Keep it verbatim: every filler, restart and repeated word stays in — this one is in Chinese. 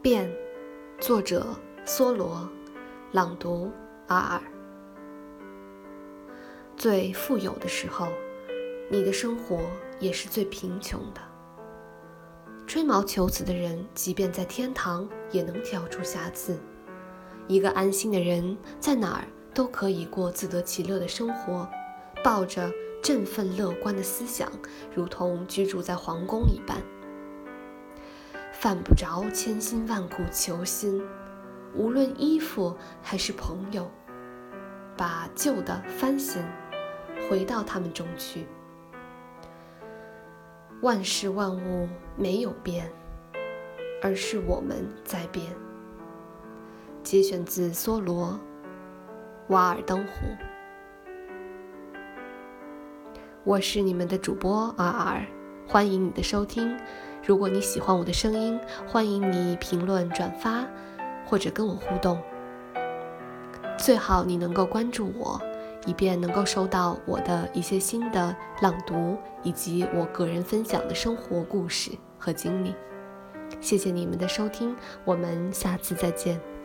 变，作者梭罗，朗读阿尔。最富有的时候，你的生活也是最贫穷的。吹毛求疵的人，即便在天堂也能挑出瑕疵。一个安心的人，在哪儿都可以过自得其乐的生活，抱着振奋乐观的思想，如同居住在皇宫一般。犯不着千辛万苦求新，无论依附还是朋友，把旧的翻新，回到他们中去。万事万物没有变，而是我们在变。节选自梭罗《瓦尔登湖》。我是你们的主播阿尔，欢迎你的收听。如果你喜欢我的声音，欢迎你评论转发或者跟我互动。最好你能够关注我，以便能够收到我的一些新的朗读以及我个人分享的生活故事和经历。谢谢你们的收听，我们下次再见。